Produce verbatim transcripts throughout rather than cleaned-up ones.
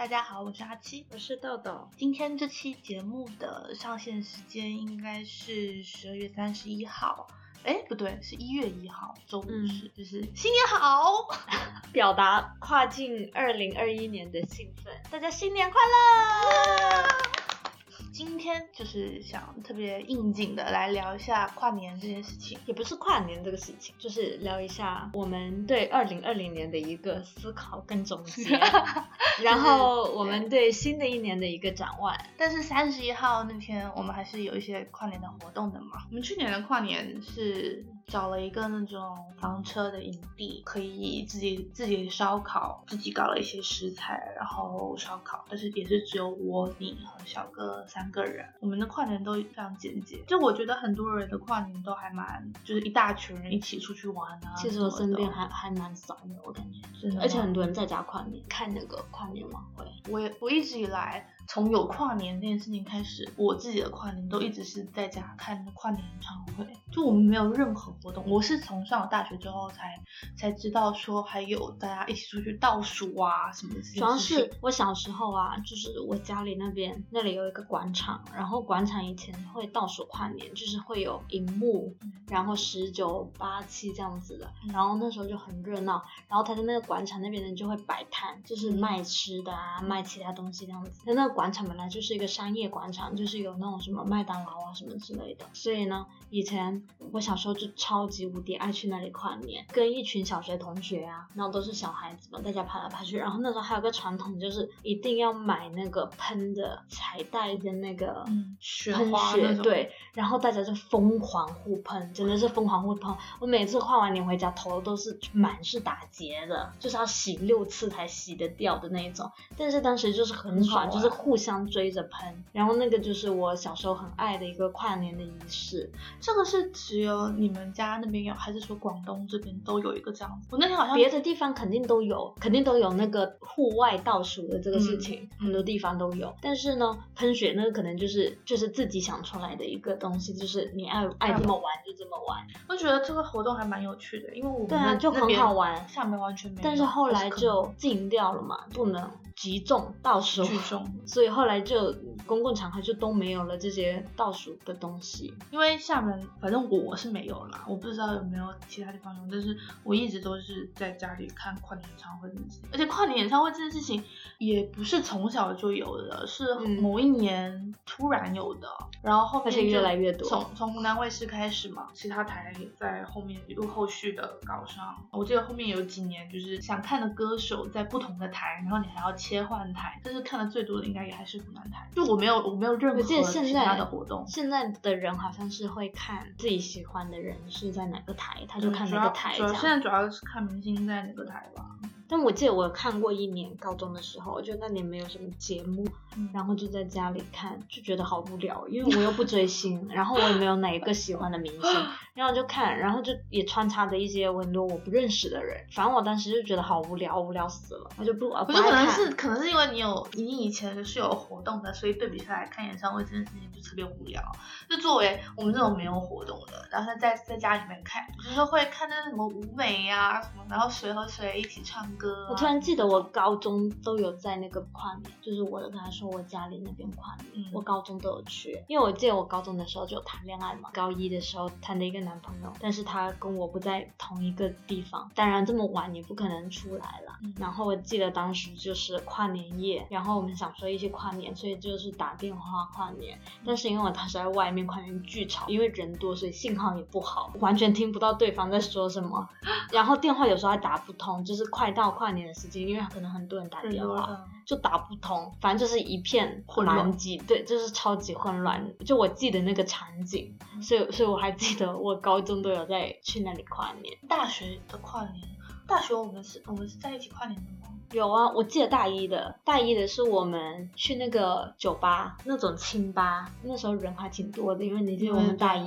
大家好，我是阿七， 我是豆豆。 今天这期节目的上线时间应该是十二月三十一号，哎，不对，是一月一号，周五是、嗯、就是新年好， 表达跨进二零二一年的兴奋，大家新年快乐！ 今天就是想特别应景的来聊一下跨年这件事情， 也不是跨年这个事情，就是聊一下我们对二零二零年的一个思考跟总结，然后我们对新的一年的一个展望。 但是三十一号那天我们还是有一些跨年的活动的嘛。我们去年的跨年是找了一个那种房车的营地，可以自己自己烧烤，自己搞了一些食材，然后烧烤，但是也是只有我、你和小哥三个人。我们的跨年都非常简洁，就我觉得很多人的跨年都还蛮，就是一大群人一起出去玩啊。 其实我身边还还蛮少的，我感觉真的，而且很多人在家跨年，看那个跨年晚会。 我也我一直以来从有跨年这件事情开始，我自己的跨年都一直是在家看跨年演唱会，就我们没有任何活动。我是从上了大学之后才才知道说还有大家一起出去倒数啊什么的事情。 主要是我小时候啊，就是我家里那边那里有一个广场，然后广场以前会倒数跨年，就是会有荧幕，嗯、然后十九八七这样子的，嗯、然后那时候就很热闹。然后他在那个广场那边人就会摆摊，就是卖吃的啊，嗯、卖其他东西这样子。那那个广场本来就是一个商业广场，就是有那种什么麦当劳啊什么之类的，所以呢，以前我小时候就超级无敌爱去那里跨年，跟一群小学同学啊，然后都是小孩子嘛，大家爬来爬去。然后那时候还有个传统，就是一定要买那个喷的彩带的那个喷雪，嗯、对，然后大家就疯狂互喷，真的是疯狂互喷。我每次跨完年回家，头都是满是打结的，就是要洗六次才洗得掉的那种。但是当时就是很爽，就是互相追着喷。然后那个就是我小时候很爱的一个跨年的仪式。 这个是只有你们家那边有，还是说广东这边都有一个这样子？我那天好像别的地方肯定都有，肯定都有那个户外倒数的这个事情，嗯、很多地方都有。但是呢，喷雪那个可能就是就是自己想出来的一个东西，就是你爱爱这么玩就这么玩。 我觉得这个活动还蛮有趣的，因为我们对啊就很好玩， 下面完全没有。 但是后来就禁掉了嘛，不能集中倒数，所以后来就公共场合就都没有了这些倒数的东西。 因为厦门反正我是没有啦，我不知道有没有其他地方有，但是我一直都是在家里看跨年演唱会这件事情。而且跨年演唱会这件事情也不是从小就有的，是某一年突然有的，嗯、然后后面而且越来越多。 从从湖南卫视开始嘛，其他台也在后面又后续的搞上。我记得后面有几年就是想看的歌手在不同的台，然后你还要切换台，但是看的最多的应该也还是湖南台。就我没有我没有任何其他的活动。 现在的人好像是会看自己喜欢的人是在哪个台，他就看哪个台这样。 主要现在主要是看明星在哪个台吧。 但我记得我看过一年高中的时候，就那年没有什么节目，嗯、然后就在家里看，就觉得好无聊，因为我又不追星，然后我也没有哪一个喜欢的明星，然后就看，然后就也穿插着一些很多我不认识的人，反正我当时就觉得好无聊，无聊死了，我就不我不爱看。 可能是可能是因为你有你以前是有活动的，所以对比下来看演唱会这件事情就特别无聊。就作为我们这种没有活动的，然后在在家里面看，就是会看那什么舞美呀、啊、什么，然后谁和谁一起唱歌、啊。 我突然记得我高中都有在那个跨年，就是我跟他说我家里那边跨年，嗯、我高中都有去，因为我记得我高中的时候就有谈恋爱嘛，高一的时候谈的一个男朋友，但是他跟我不在同一个地方，当然这么晚也不可能出来了。嗯、然后我记得当时就是跨年夜，然后我们想说一起跨年，所以就是打电话跨年，但是因为他是在外面，跨年巨吵，因为人多，所以信号也不好，完全听不到对方在说什么，然后电话有时候还打不通，就是快到跨年的时间，因为可能很多人打电话就打不通，反正就是一片狼藉，对，就是超级混乱。就我记得那个场景，嗯、所以所以我还记得我高中都有在去那里跨年。 大学的跨年，大学我们是我们是在一起跨年的吗？ 有啊，我记得大一的，大一的是我们去那个酒吧，那种清吧，那时候人还挺多的，因为你记得我们大一。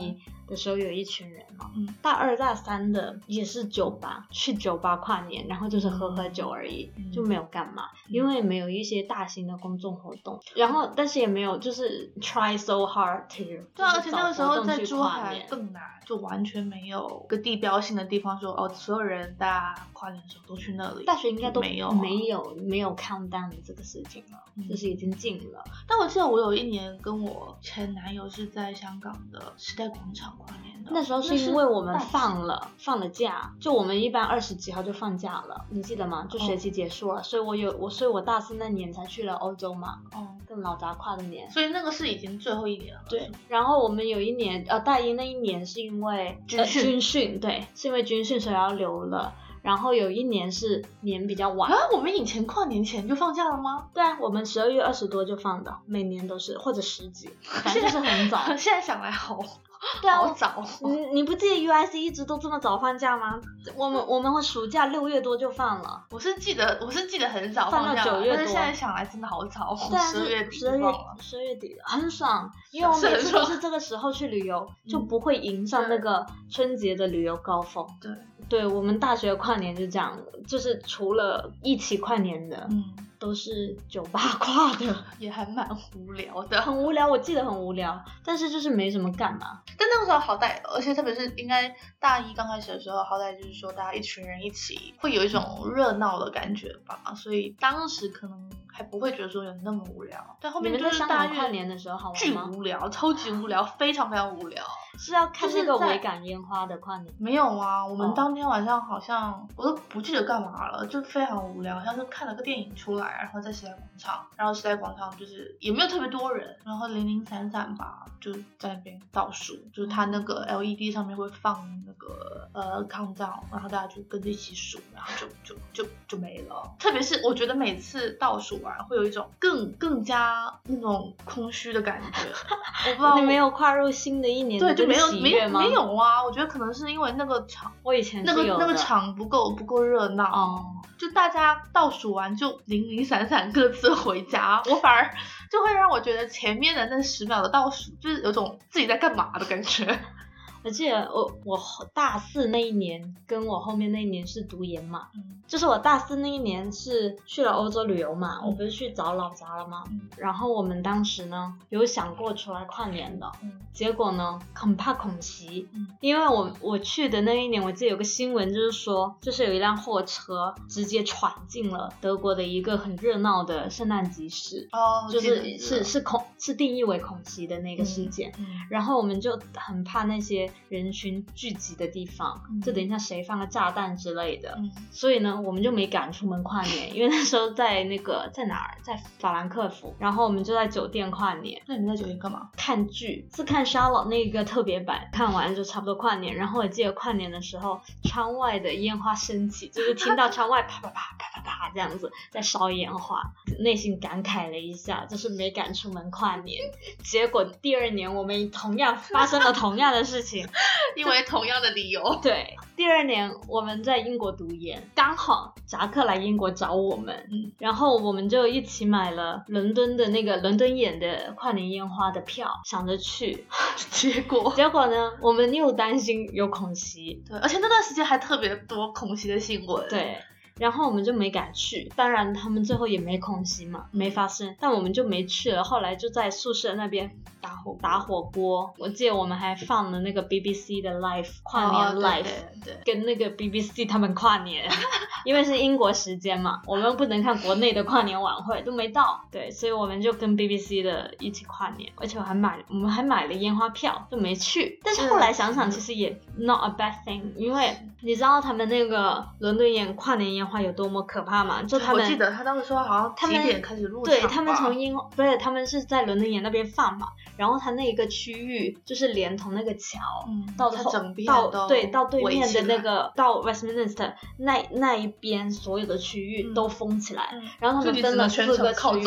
的时候有一群人嘛， 嗯， 大二大三的也是酒吧，去酒吧跨年，然后就是喝喝酒而已， 嗯、 就没有干嘛，因为没有一些大型的公众活动，然后但是也没有就是 try so hard to 对啊，而且那个时候在珠跨海更难，就完全没有个地标性的地方说哦，所有人大家跨年的时候都去那里。 大学应该都没有、啊、 没有没有 countdown 这个事情了，嗯、就是已经禁了。 但我记得我有一年跟我前男友是在香港的时代广场跨年的， 那时候是因为我们放了放了假，就我们一般二十几号就放假了，你记得吗？就学期结束了，哦、所以我有我所以我大四那年才去了欧洲嘛，哦，跟老杂跨的年， 所以那个是已经最后一年了。 对，然后我们有一年呃大一那一年是因为军训、 呃、军训对，是因为军训所以要留了。然后有一年是年比较晚啊，我们以前跨年前就放假了吗？ 对啊，我们十二月二十多就放的，每年都是或者十几，反正就是很早。 现在想来好， 对啊， 好早。 你你不记得 U I C 一直都这么早放假吗？我们我们会暑假六月多就放了。 我是记得我是记得很早放假， 放到九月多， 但是现在想来真的好早， 对啊， 十月底十二月十二月底很爽，因为我每次都是这个时候去旅游，就不会迎上那个春节的旅游高峰。 对。 对，我们大学跨年就这样，就是除了一起跨年的， 嗯， 都是酒吧跨的， 也还蛮无聊的， 很无聊，我记得很无聊，但是就是没什么干嘛。 但那个时候好歹，而且特别是应该大一刚开始的时候，好歹就是说大家一群人一起，会有一种热闹的感觉吧，所以当时可能还不会觉得说有那么无聊。但后面就是大家跨年的时候好玩吗？ 巨无聊，超级无聊，非常非常无聊。 是要看那个维港烟花的跨年？ 没有啊，我们当天晚上好像、哦、我都不记得干嘛了，就非常无聊，好像是看了个电影出来，然后在时代广场，然后时代广场就是也没有特别多人，然后零零散散吧，就在那边倒数，就是它那个 L E D 上面会放那个呃 countdown， 然后大家就跟着一起数，然后就就就就没了。特别是我觉得每次倒数完会有一种更更加那种空虚的感觉，我不知道你没有跨入新的一年的对就没有喜悦吗？ 没有啊，我觉得可能是因为那个场， 我以前那个是有的那个场不够不够热闹， 哦， 就大家倒数完就零零散散各自回家，我反而就会让我觉得前面的那十秒的倒数就是有种自己在干嘛的感觉。 我记得我我大四那一年跟我后面那一年是读研嘛， 嗯， 就是我大四那一年是去了欧洲旅游嘛， 嗯、 我不是去找老家了吗、 嗯、 然后我们当时呢有想过出来跨年的、嗯、结果呢很怕恐袭、嗯、因为我我去的那一年我记得有个新闻就是说就是有一辆货车直接闯进了德国的一个很热闹的圣诞集市， 哦， 就是是是恐是定义为恐袭的那个事件、嗯嗯、然后我们就很怕那些人群聚集的地方、嗯、就等一下谁放个炸弹之类的、嗯、所以呢我们就没敢出门跨年，因为那时候在那个在哪儿在法兰克福，然后我们就在酒店跨年。 那你们在酒店干嘛？ 看剧，是看 Charlotte 那个特别版，看完就差不多跨年。然后我记得跨年的时候窗外的烟花升起，就是听到窗外啪啪啪啪啪啪这样子在烧烟花，内心感慨了一下，就是没敢出门跨年。结果第二年我们同样发生了同样的事情因为同样的理由。 对，第二年我们在英国读研，刚好扎克来英国找我们、嗯、然后我们就一起买了伦敦的那个伦敦眼的跨年烟花的票，想着去结果结果呢我们又担心有恐袭， 对，而且那段时间还特别多恐袭的新闻， 对，然后我们就没敢去，当然他们最后也没恐袭嘛，没发生，但我们就没去了。后来就在宿舍那边打火打火锅，我记得我们还放了那个 B B C 的 Live 跨年 Live、哦、对对对，跟那个 B B C 他们跨年因为是英国时间嘛，我们不能看国内的跨年晚会，都没到，对，所以我们就跟 B B C 的一起跨年，而且我还买我们还买了烟花票，就没去。但是后来想想其实也 not a bad thing， 因为你知道他们那个伦敦眼跨年烟花有多么可怕吗？就他们我记得他当时说好像几点开始入场， 对，他们从英不是他们是在伦敦眼那边放嘛，然后他那个区域就是连同那个桥、嗯、到后整边到对到对面的那个到 Westminster 那那一边所有的区域都封起来、嗯、然后他们分了四个区域，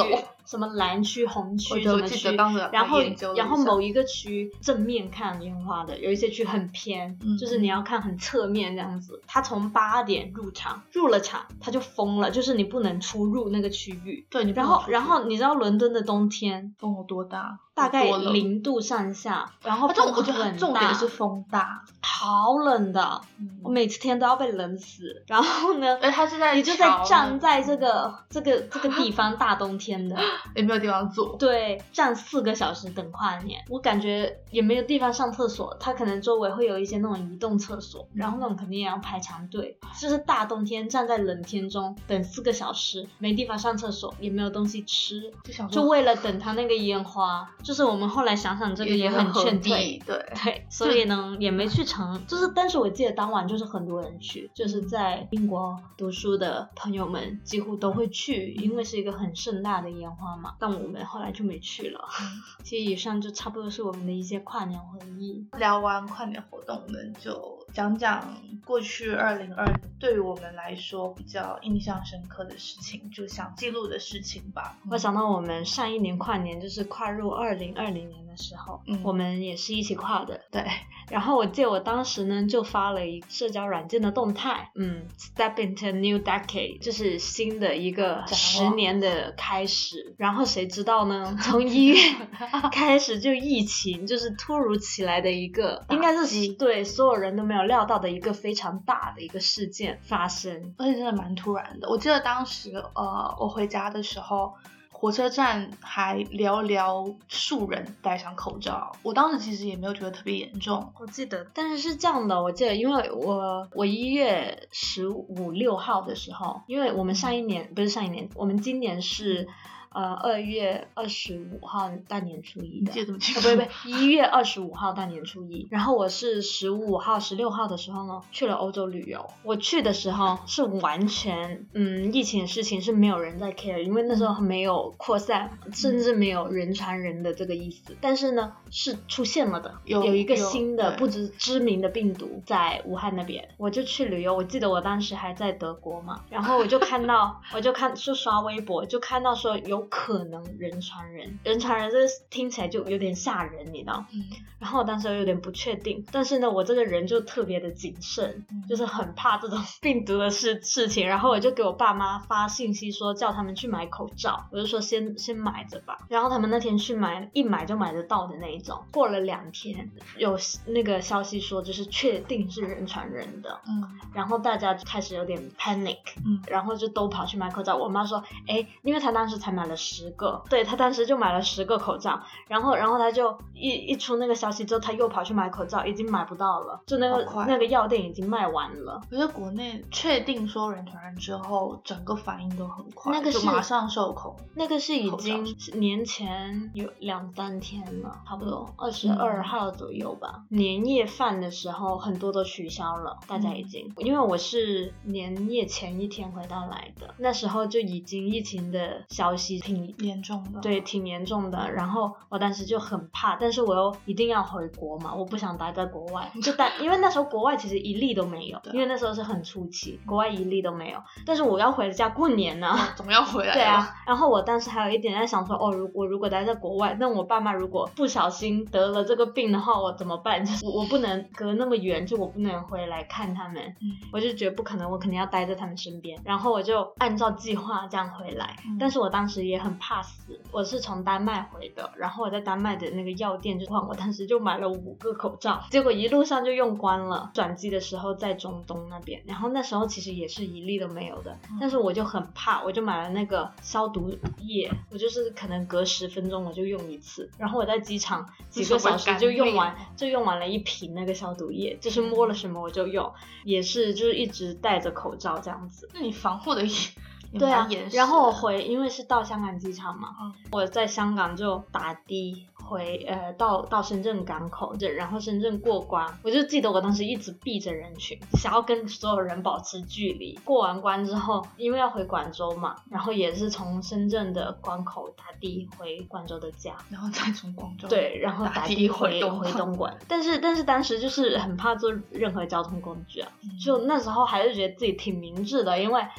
什么蓝区、红区什么区，然后然后某一个区正面看烟花的，有一些区很偏，嗯、就是你要看很侧面这样子。他从八点入场，入了场他就封了，就是你不能出入那个区域。 对，你然后然后你知道伦敦的冬天风有多大？ 大概零度上下，然后风很大， 重点是风大， 好冷的，嗯、我每次天都要被冷死。然后呢， 而他是在你就在站在这个这个这个地方，大冬天的也没有地方坐， 对，站四个小时等跨年，我感觉也没有地方上厕所，他可能周围会有一些那种移动厕所，然后那种肯定也要排长队，就是大冬天站在冷天中等四个小时，没地方上厕所，也没有东西吃， 就想就为了等他那个烟花。就是我们后来想想这个也很劝退， 对对，所以呢也没去成。就是但是我记得当晚就是很多人去，就是在英国读书的朋友们几乎都会去，因为是一个很盛大的烟花嘛。但我们后来就没去了。其实以上就差不多是我们的一些跨年回忆。 聊完跨年活动，我们就讲讲过去二零二零对于我们来说比较印象深刻的事情，就想记录的事情吧。 我想到我们上一年跨年就是跨入二零二零年的时候，嗯，我们也是一起跨的， 对。 然后我记得我当时呢就发了一个社交软件的动态，嗯 ，Step into a new decade， 就是新的一个十年的开始。然后谁知道呢？从一月开始就疫情，就是突如其来的一个，应该是对所有人都没有料到的一个非常大的一个事件发生， 而且真的蛮突然的。我记得当时呃，我回家的时候。火车站还寥寥数人戴上口罩，我当时其实也没有觉得特别严重。 我记得，但是是这样的，我记得，因为我我一月十五六号的时候，因为我们上一年不是上一年，我们今年是。呃，二月二十五号大年初一的， 记得这么清楚？ 不不不，一月二十五号大年初一。然后我是十五号、十六号的时候呢，去了欧洲旅游。我去的时候是完全，嗯，疫情的事情是没有人在 care， 因为那时候没有扩散，嗯、甚至没有人传人的这个意思。但是呢，是出现了的，有有一个新的不知知名的病毒在武汉那边。我就去旅游，我记得我当时还在德国嘛，然后我就看到，我就看就刷微博，就看到说有。可能人传人，人传人这听起来就有点吓人，你知道？嗯。然后我当时有点不确定，但是呢，我这个人就特别的谨慎，嗯、就是很怕这种病毒的事事情。然后我就给我爸妈发信息说，叫他们去买口罩，我就说先先买着吧。然后他们那天去买，一买就买得到的那一种。过了两天，有那个消息说，就是确定是人传人的。嗯。然后大家就开始有点 panic， 嗯，然后就都跑去买口罩。我妈说，哎，因为她当时才买了十个，对，他当时就买了十个口罩，然后然后他就一一出那个消息之后，他又跑去买口罩，已经买不到了，就那个那个药店已经卖完了。 可是国内确定说人传人之后，整个反应都很快， 那个是就马上授口。 那个是已经年前有两三天了，差不多二十二号左右吧。嗯、年夜饭的时候很多都取消了，大家已经，嗯、因为我是年夜前一天回到来的，那时候就已经疫情的消息。挺严重的， 对，挺严重的。然后我当时就很怕，但是我又一定要回国嘛，我不想待在国外，就待，因为那时候国外其实一例都没有，因为那时候是很初期，国外一例都没有。但是我要回家过年呢、啊， 总要回来。 对啊，然后我当时还有一点在想说，哦，如果如果待在国外，那我爸妈如果不小心得了这个病的话，我怎么办？就是我不能隔那么远，就我不能回来看他们，嗯、我就觉得不可能，我肯定要待在他们身边。然后我就按照计划这样回来，嗯、但是我当时也很怕死，我是从丹麦回的，然后我在丹麦的那个药店就换，我当时就买了五个口罩，结果一路上就用光了。转机的时候在中东那边，然后那时候其实也是一粒都没有的，但是我就很怕，我就买了那个消毒液，我就是可能隔十分钟我就用一次，然后我在机场几个小时就用完，就用完了一瓶那个消毒液，就是摸了什么我就用，也是就是一直戴着口罩这样子。 那你防护的对啊，然后我回，因为是到香港机场嘛，嗯、我在香港就打的回呃到到深圳港口，然后深圳过关，我就记得我当时一直避着人群，想要跟所有人保持距离。过完关之后，因为要回广州嘛，然后也是从深圳的关口打的回广州的家， 然后再从广州对，然后打的回回东莞。但是但是当时就是很怕坐任何交通工具啊，嗯、就那时候还是觉得自己挺明智的，因为。因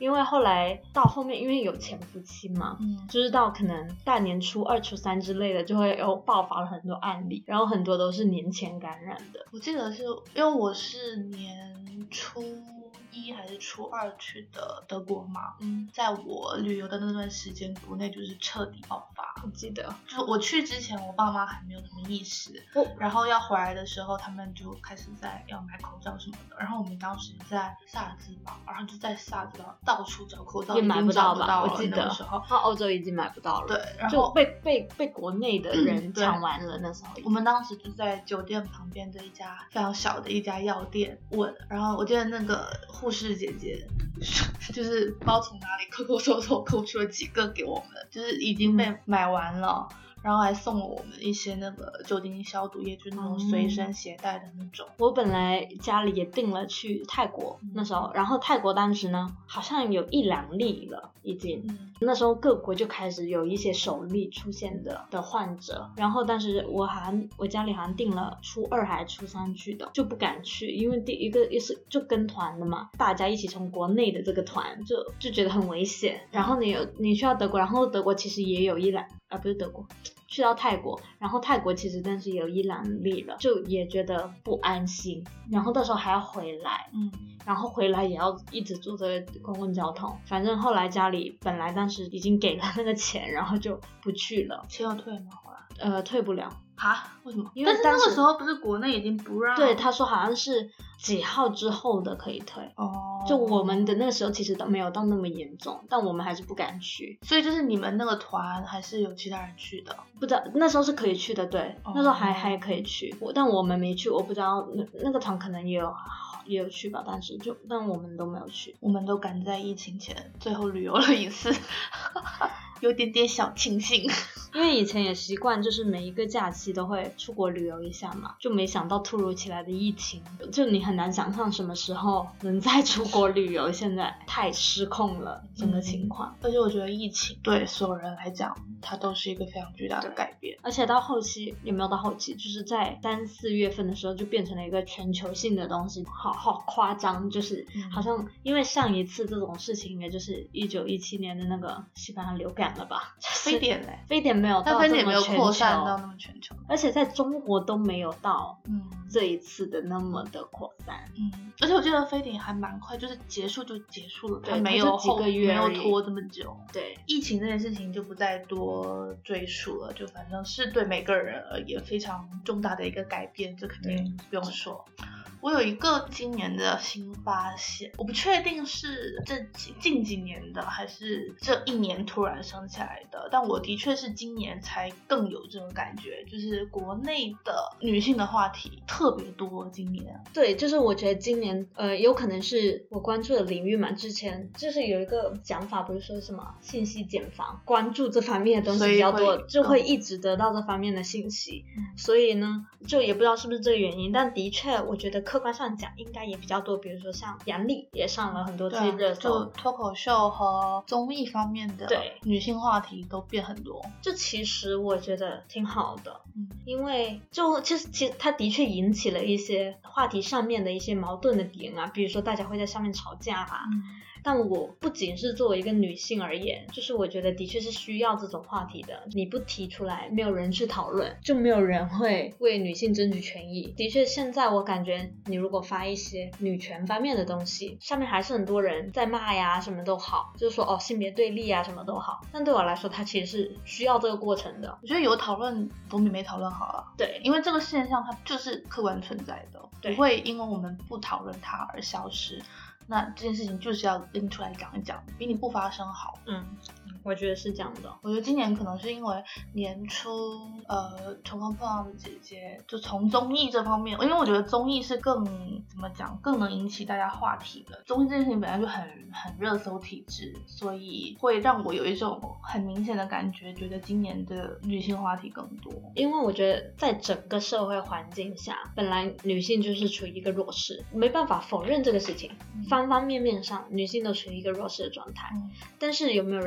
因为后来到后面因为有潜伏期嘛， 嗯， 就是到可能大年初二初三之类的就会有爆发了很多案例，然后很多都是年前感染的。 我记得是因为我是年初一还是初二去的德国嘛，嗯，在我旅游的那段时间，国内就是彻底爆发。 我记得， 就是我去之前，我爸妈还没有什么意识，哦、然后要回来的时候，他们就开始在要买口罩什么的。然后我们当时在萨兹堡，然后就在萨兹堡到处找口罩， 也买不到吧？ 我记得那时候， 到欧洲已经买不到了。 对，然后就被被被国内的人抢完了。那时候我们当时就在酒店旁边的一家非常小的一家药店问，然后我记得那个护士姐姐就是不知道从哪里抠抠搜搜抠出了几个给我们，就是已经被买完了。嗯，然后还送了我们一些那个酒精消毒液，就是那种随身携带的那种。 我本来家里也订了去泰国，嗯、那时候，然后泰国当时呢好像有一两例了已经，嗯、那时候各国就开始有一些首例出现的的患者，然后但是我好像我家里好像订了初二还是初三去的，就不敢去，因为第一个也是就跟团的嘛，大家一起从国内的这个团就就觉得很危险，然后你有你去到德国，然后德国其实也有一两啊不是德国。去到泰国，然后泰国其实但是有一两例了，就也觉得不安心，然后到时候还要回来，嗯，然后回来也要一直坐这个公共交通，反正后来家里本来当时已经给了那个钱，然后就不去了。 钱有退吗？后来呃，退不了。 啊？为什么？ 因为但是那个时候不是国内已经不让？ 对，他说好像是几号之后的可以退。哦。就我们的那个时候其实都没有到那么严重，但我们还是不敢去。 所以就是你们那个团还是有其他人去的？ 不知道，那时候是可以去的，对，哦、那时候还还可以去，我但我们没去，我不知道那那个团可能也有也有去吧，但是就但我们都没有去， 我们都赶在疫情前最后旅游了一次。有点点小庆幸， 因为以前也习惯就是每一个假期都会出国旅游一下嘛，就没想到突如其来的疫情，就你很难想象什么时候能再出国旅游，现在太失控了整个情况、 嗯、而且我觉得疫情对所有人来讲它都是一个非常巨大的改变， 而且到后期也没有到后期，就是在三四月份的时候就变成了一个全球性的东西，好好夸张，就是好像因为上一次这种事情应该就是一九一七年的那个西班牙流感了吧， 非典嘞， 非典没有到这么全球，非典没有扩散到那么全球， 而且在中国都没有到这一次的那么的扩散。 嗯，而且我记得非典还蛮快，就是结束就结束了，它没有几个月没有拖这么久。 对， 疫情这件事情就不再多赘述了，就反正是对每个人而言非常重大的一个改变，这肯定不用说。我有一个今年的新发现，我不确定是这几近几年的还是这一年突然升起来的，但我的确是今年才更有这种感觉，就是国内的女性的话题特别多。今年对，就是我觉得今年呃有可能是我关注的领域嘛，之前就是有一个讲法，不是说什么信息茧房，关注这方面的东西比较多，就会一直得到这方面的信息、嗯、所以呢就也不知道是不是这个原因，但的确我觉得客观上讲应该也比较多，比如说像杨笠也上了很多次热搜， 就脱口秀和综艺方面的女性话题都变很多， 这其实我觉得挺好的，嗯，因为就其实其实它的确引起了一些话题上面的一些矛盾的点啊，比如说大家会在上面吵架啊、嗯，但我不仅是作为一个女性而言，就是我觉得的确是需要这种话题的，你不提出来没有人去讨论，就没有人会为女性争取权益。的确现在我感觉你如果发一些女权方面的东西，上面还是很多人在骂呀，什么都好，就是说哦性别对立啊什么都好，但对我来说它其实是需要这个过程的。 我觉得有讨论总比没讨论好了， 对， 因为这个现象它就是客观存在的，不会因为我们不讨论它而消失，那这件事情就是要拎出来讲一讲，比你不发声好。 嗯，我觉得是这样的。 我觉得今年可能是因为年初呃重逢碰到的姐姐，就从综艺这方面，因为我觉得综艺是更怎么讲，更能引起大家话题的。综艺这件事情本来就很很热搜体质，所以会让我有一种很明显的感觉，觉得今年的女性话题更多。 因为我觉得在整个社会环境下，本来女性就是处于一个弱势，没办法否认这个事情。嗯，方方面面上女性都处于一个弱势的状态、嗯、但是有没有人去发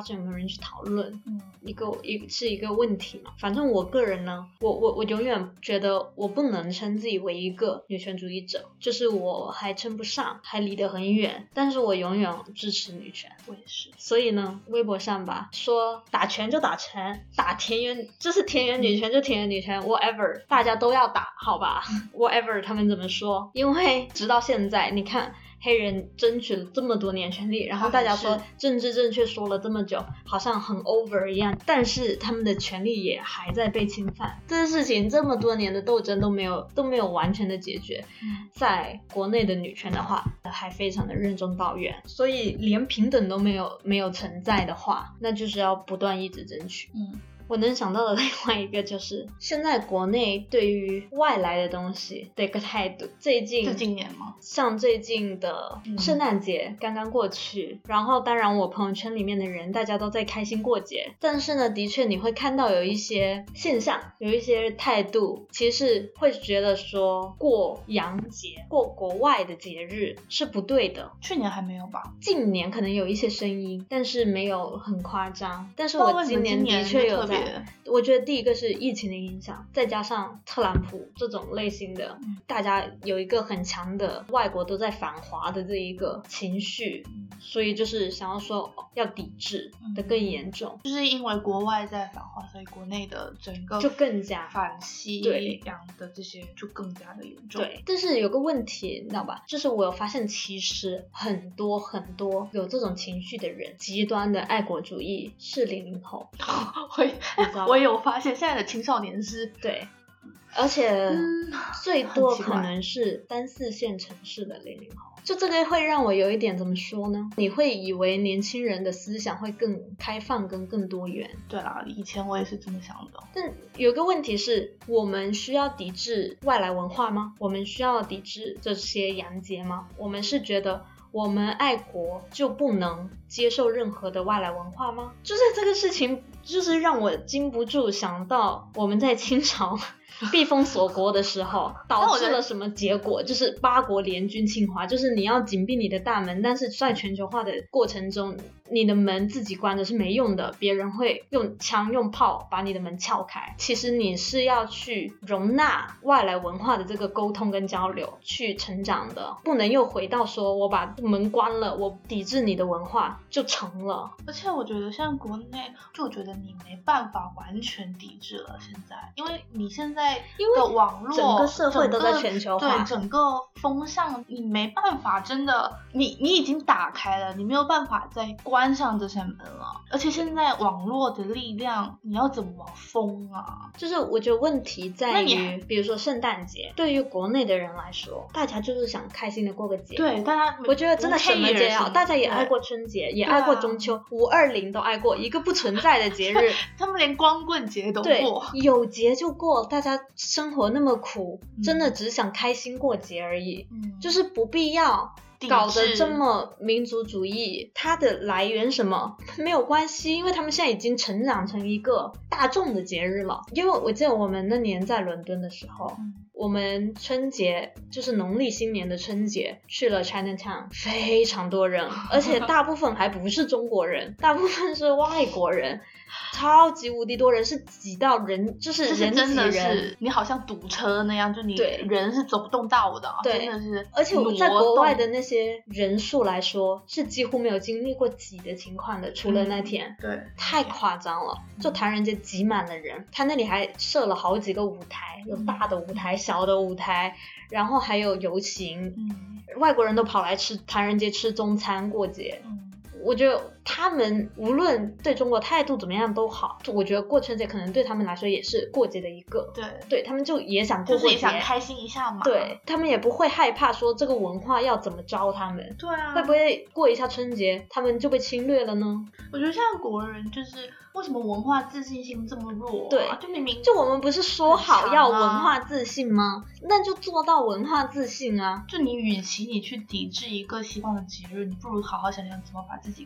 生有没有人去讨论， 嗯， 一个一是一个问题嘛。反正我个人呢，我我我永远觉得我不能称自己为一个女权主义者，就是我还称不上，还离得很远，但是我永远支持女权。 我也是。 所以呢，微博上吧说打拳就打拳，打田园就是田园女权就田园女权 whatever 大家都要打好吧 whatever 他们怎么说，因为直到现在你看黑人争取了这么多年权利，然后大家说政治正确说了这么久好像很 over 一样，但是他们的权利也还在被侵犯，这件事情这么多年的斗争都没有都没有完全的解决、嗯、在国内的女权的话还非常的任重道远，所以连平等都没有没有存在的话，那就是要不断一直争取。嗯，我能想到的另外一个就是现在国内对于外来的东西的一个态度，最近是今年吗？ 像最近的圣诞节刚刚过去、嗯、然后当然我朋友圈里面的人大家都在开心过节，但是呢的确你会看到有一些现象，有一些态度其实会觉得说过洋节过国外的节日是不对的。 去年还没有吧？ 近年可能有一些声音，但是没有很夸张，但是我今年的确有在，我觉得第一个是疫情的影响，再加上特朗普这种类型的、嗯、大家有一个很强的外国都在反华的这一个情绪、嗯、所以就是想要说、哦、要抵制的更严重、 嗯、就是因为国外在反华，所以国内的整个就更加反西洋的这些就更加的严重。 对，但是有个问题你知道吧，就是我有发现其实很多很多有这种情绪的人，极端的爱国主义是零零后我我有发现现在的青少年是对，而且最多可能是三四线城市的零零后，就这个会让我有一点怎么说呢，你会以为年轻人的思想会更开放跟更多元。 对啦，以前我也是这么想的， 但有个问题是，我们需要抵制外来文化吗？我们需要抵制这些洋节吗？我们是觉得我们爱国就不能接受任何的外来文化吗？就是这个事情就是让我禁不住想到我们在清朝避风锁国的时候导致了什么结果，就是八国联军侵华，就是你要紧闭你的大门，但是在全球化的过程中你的门自己关着是没用的，别人会用枪用炮把你的门撬开。其实你是要去容纳外来文化的这个沟通跟交流去成长的，不能又回到说我把门关了，我抵制你的文化就成了。 而且我觉得像国内就觉得你没办法完全抵制了现在，因为你现在的网络整个社会都在全球化， 对整个风向你没办法真的你你已经打开了，你没有办法再关上这扇门了。而且现在网络的力量你要怎么封啊？ 就是我觉得问题在于比如说圣诞节对于国内的人来说，大家就是想开心的过个节， 对大家我觉得真的什么节啊，大家也爱过春节也爱过中秋，五二零都爱过，一个不存在的节日他们连光棍节都过， 对，有节就过，大家生活那么苦、嗯、真的只想开心过节而已、嗯、就是不必要搞得这么民族主义，它的来源什么没有关系，因为他们现在已经成长成一个大众的节日了。因为我记得我们那年在伦敦的时候、嗯、我们春节就是农历新年的春节去了 Chinatown， 非常多人，而且大部分还不是中国人大部分是外国人，超级无敌多人，是挤到人就是人挤人， 真的是你好像堵车那样，就你人是走不动道的， 对， 真的是。 而且我在国外的那些人数来说是几乎没有经历过挤的情况的，除了那天、 嗯、对， 太夸张了，就唐人街挤满了人，他那里还设了好几个舞台，有大的舞台、嗯、小的舞台，然后还有游行、嗯、外国人都跑来吃唐人街吃中餐过节、嗯，我觉得他们无论对中国态度怎么样都好，我觉得过春节可能对他们来说也是过节的一个，对对，他们就也想过过节， 就是也想开心一下嘛， 对，他们也不会害怕说这个文化要怎么招他们， 对啊， 会不会过一下春节他们就被侵略了呢？ 我觉得像国人就是为什么文化自信心这么弱、啊、 对， 就明明就我们不是说好要文化自信吗、啊、那就做到文化自信啊， 就你与其你去抵制一个西方的节日，你不如好好想想怎么把自己国的节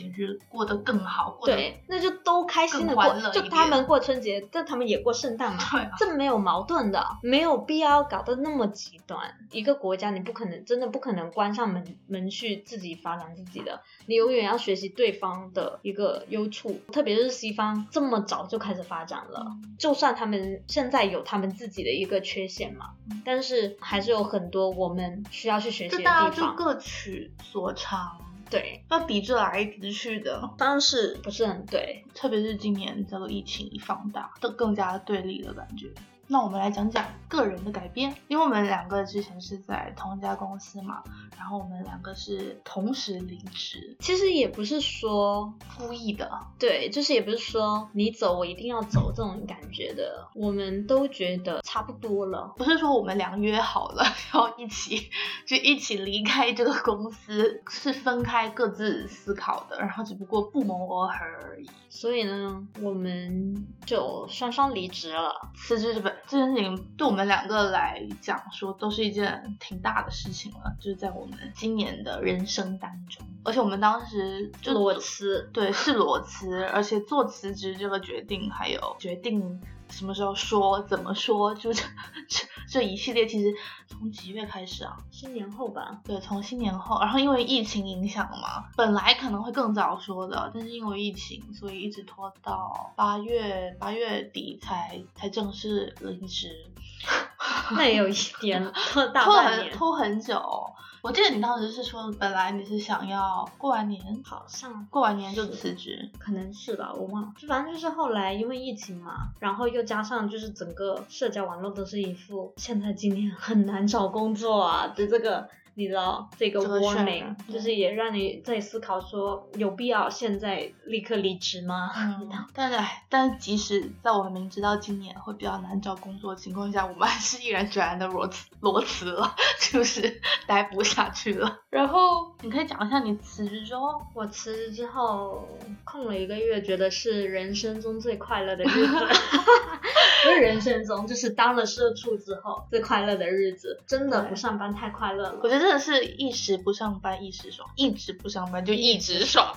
节日过得更好，过得对，那就都开心的过，就他们过春节，但他们也过圣诞嘛， 对啊， 这没有矛盾的，没有必要搞得那么极端。一个国家你不可能真的不可能关上门门去自己发展自己的，你永远要学习对方的一个优处，特别是西方这么早就开始发展了，嗯、就算他们现在有他们自己的一个缺陷嘛，嗯、但是还是有很多我们需要去学习的地方， 就大家就各取所长。 对， 要抵制来抵制去的， 当然是不是很对， 特别是今年这个疫情一放大，都更加对立的感觉。那我们来讲讲个人的改变，因为我们两个之前是在同一家公司嘛，然后我们两个是同时离职， 其实也不是说故意的， 对，就是也不是说你走我一定要走这种感觉的，我们都觉得差不多了， 不是说我们俩约好了要一起就一起离开这个公司，是分开各自思考的，然后只不过不谋而合而已。 所以呢，我们就双双离职了。 辞职本这件事情对我们两个来讲说都是一件挺大的事情了，就是在我们今年的人生当中，而且我们当时就裸辞， 对，是裸辞，而且做辞职这个决定，还有决定什么时候说怎么说，就是这这一系列其实从几月开始啊？ 新年后吧。 对，从新年后，然后因为疫情影响嘛，本来可能会更早说的，但是因为疫情，所以一直拖到八月八月底才才正式离职。 那也有一点拖大拖半年， 很拖很久。我记得你当时是说，本来你是想要过完年， 好像过完年就辞职， 可能是吧，我忘了。反正就是后来因为疫情嘛，然后又加上就是整个社交网络都是一副现在今年很难找工作啊的这个。你知道这个 warning 就是也让你在思考说有必要现在立刻离职吗？ 嗯，但是但是即使在我们明知道今年会比较难找工作的情况下，我们还是毅然决然的裸辞裸辞了，就是待不下去了。然后你可以讲一下你辞职之后， 我辞职之后空了一个月，觉得是人生中最快乐的日子。不是人生中，就是当了社畜之后最快乐的日子，真的不上班太快乐了。 我觉得真的是一时不上班一时爽，一直不上班就一直爽。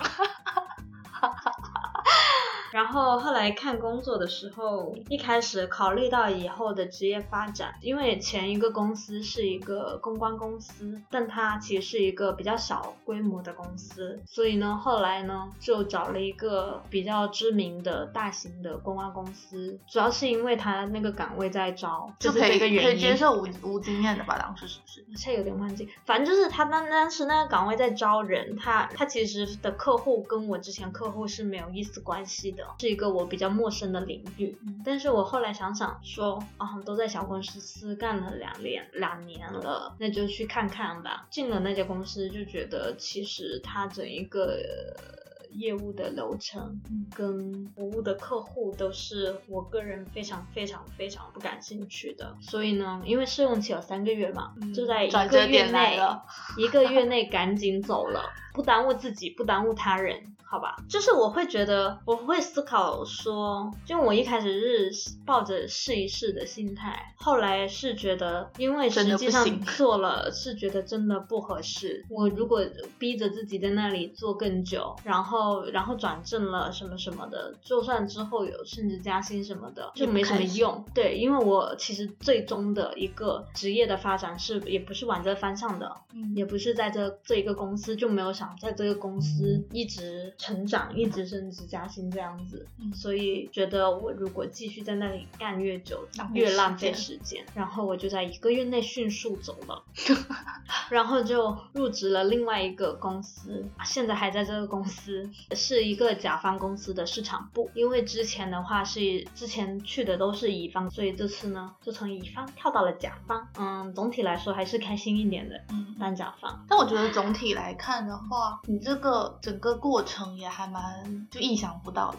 然后后来看工作的时候，一开始考虑到以后的职业发展，因为前一个公司是一个公关公司，但它其实是一个比较小规模的公司，所以呢，后来呢就找了一个比较知名的大型的公关公司，主要是因为它那个岗位在招， 就可以可以接受无无经验的吧？当时是不是？ 我现在有点忘记，反正就是他当当时那个岗位在招人，他他其实的客户跟我之前客户是没有意思关系的。是一个我比较陌生的领域，嗯、但是我后来想想说，啊，都在小公司干了两年两年了，那就去看看吧。进了那家公司就觉得，其实它整一个业务的流程跟服务的客户都是我个人非常非常非常不感兴趣的，所以呢，因为试用期有三个月嘛，嗯、就在一个月内，一个月内赶紧走了，不耽误自己，不耽误他人。好吧，就是我会觉得，我会思考说，就我一开始是抱着试一试的心态，后来是觉得，因为实际上做了，是觉得真的不合适。我如果逼着自己在那里做更久，然后然后转正了什么什么的，就算之后有升职加薪什么的，就没什么用。对，因为我其实最终的一个职业的发展是也不是往这方向的，嗯、也不是在这这一个公司，就没有想在这个公司一直成长，一直升职加薪这样子，嗯、所以觉得我如果继续在那里干越久，越浪费时间，然后我就在一个月内迅速走了，然后就入职了另外一个公司，现在还在这个公司，是一个甲方公司的市场部，因为之前的话是之前去的都是乙方，所以这次呢就从乙方跳到了甲方，嗯，总体来说还是开心一点的，嗯，当甲方。 但我觉得总体来看的话，你这个整个过程也还蛮就意想不到的吧。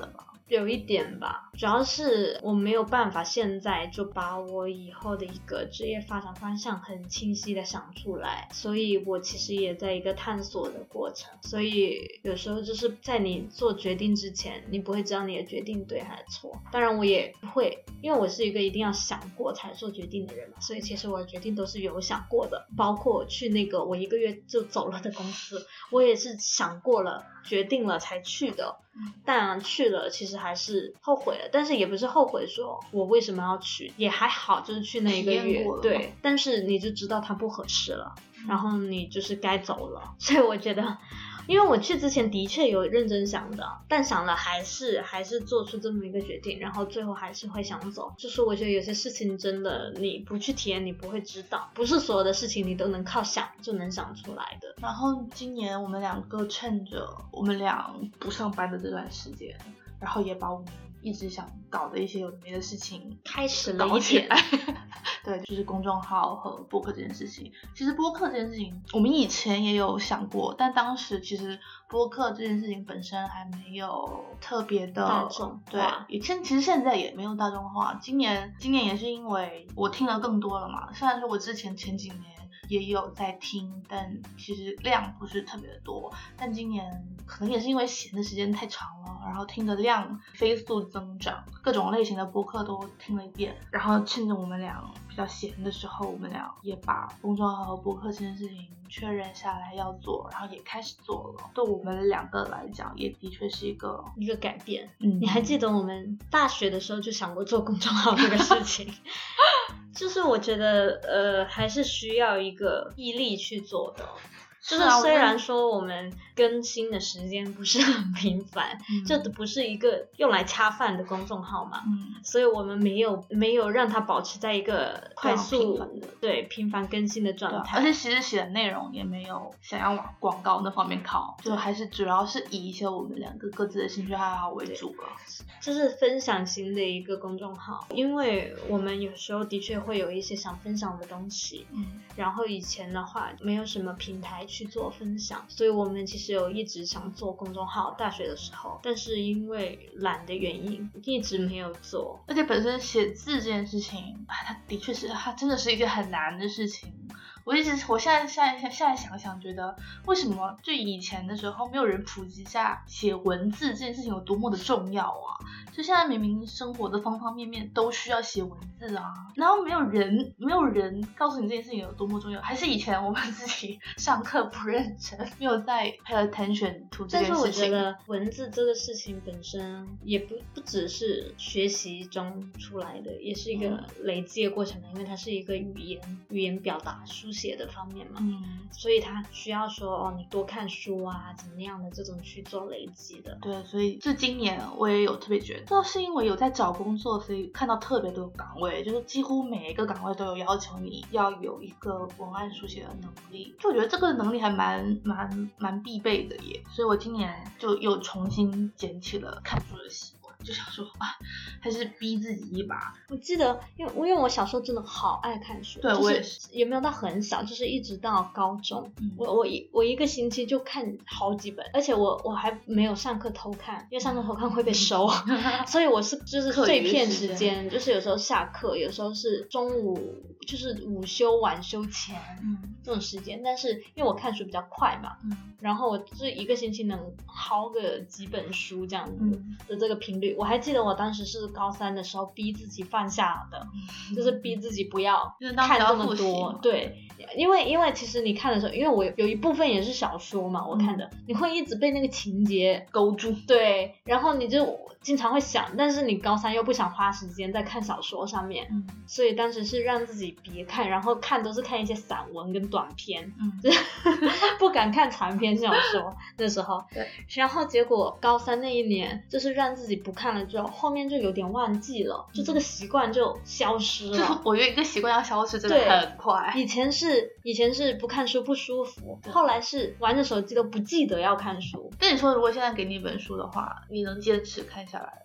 有一点吧，主要是我没有办法现在就把我以后的一个职业发展方向很清晰的想出来，所以我其实也在一个探索的过程，所以有时候就是在你做决定之前，你不会知道你的决定对还是错。当然我也不会，因为我是一个一定要想过才做决定的人嘛，所以其实我的决定都是有想过的，包括去那个我一个月就走了的公司，我也是想过了决定了才去的，但去了其实还是后悔了，但是也不是后悔说我为什么要去，也还好，就是去那一个月，对，但是你就知道它不合适了，然后你就是该走了。所以我觉得因为我去之前的确有认真想的，但想了还是还是做出这么一个决定，然后最后还是会想走。就是我觉得有些事情真的你不去体验你不会知道，不是所有的事情你都能靠想就能想出来的。 然后今年我们两个趁着我们俩不上班的这段时间，然后也把我们一直想搞的一些有的没的事情开始了一点对，就是公众号和播客这件事情。其实播客这件事情我们以前也有想过，但当时其实播客这件事情本身还没有特别的大众化， 对，也其实现在也没有大众化。今年今年也是因为我听了更多了嘛，虽然说我之前前几年也有在听，但其实量不是特别的多，但今年可能也是因为闲的时间太长了，然后听的量飞速增长，各种类型的播客都听了一遍，然后趁着我们俩比较闲的时候，我们俩也把公众号和播客这件事情确认下来要做，然后也开始做了。对我们两个来讲也的确是一个一个改变。 嗯， 你还记得我们大学的时候就想过做公众号这个事情就是我觉得呃还是需要一个毅力去做的，就是虽然说我们更新的时间不是很频繁，嗯、这不是一个用来恰饭的公众号嘛，嗯、所以我们没有没有让它保持在一个快速频的对频繁更新的状态， 而且其实写的内容也没有想要往广告那方面靠，就还是主要是以一些我们两个各自的兴趣爱好为主了， 就是分享型的一个公众号，因为我们有时候的确会有一些想分享的东西，嗯，然后以前的话没有什么平台去做分享，所以我们其实有一直想做公众号，大学的时候，但是因为懒的原因一直没有做。 而且本身写字这件事情它的确是它真的是一个很难的事情，我一直我现在现在现在想想觉得为什么就以前的时候没有人普及一下写文字这件事情有多么的重要啊，就现在明明生活的方方面面都需要写文字啊，然后没有人没有人告诉你这件事情有多么重要，还是以前我们自己上课不认真，没有在 pay attention to 这件事情。 但是我觉得文字这个事情本身也不不只是学习中出来的，也是一个累积的过程的，因为它是一个语言语言表达书写的方面嘛，嗯，所以它需要说哦你多看书啊怎么样的这种去做累积的。 对，所以就今年我也有特别觉得，不知道是因为有在找工作，所以看到特别多岗位，就是几乎每一个岗位都有要求你要有一个文案书写的能力，就我觉得这个能力还蛮蛮蛮必备的耶，所以我今年就又重新捡起了看书的习惯，就想说啊，还是逼自己一把。 我记得因为因为我小时候真的好爱看书， 对、就是、我也是， 也没有到很小，就是一直到高中，嗯、我我一我一个星期就看好几本，而且我我还没有上课偷看，因为上课偷看会被收，所以我是就是碎片时间，就是有时候下课，有时候是中午，就是午休晚休前，嗯，这种时间。但是因为我看书比较快嘛，嗯，然后我就是一个星期能薅个几本书这样子的这个频率。我还记得我当时是高三的时候逼自己放下的，嗯、就是逼自己不要看这么多，对，因为因为其实你看的时候，因为我有一部分也是小说嘛，我看的，嗯、你会一直被那个情节勾住， 对，然后你就经常会想，但是你高三又不想花时间在看小说上面，嗯、所以当时是让自己别看，然后看都是看一些散文跟短篇，嗯、就是不敢看长篇小说那时候，对，然后结果高三那一年就是让自己不看了之后，后面就有点忘记了，就这个习惯就消失了。 就是我觉得一个习惯要消失真的很快。 以前是以前是不看书不舒服，后来是玩着手机都不记得要看书。 跟你说，如果现在给你一本书的话，你能坚持看下来吗？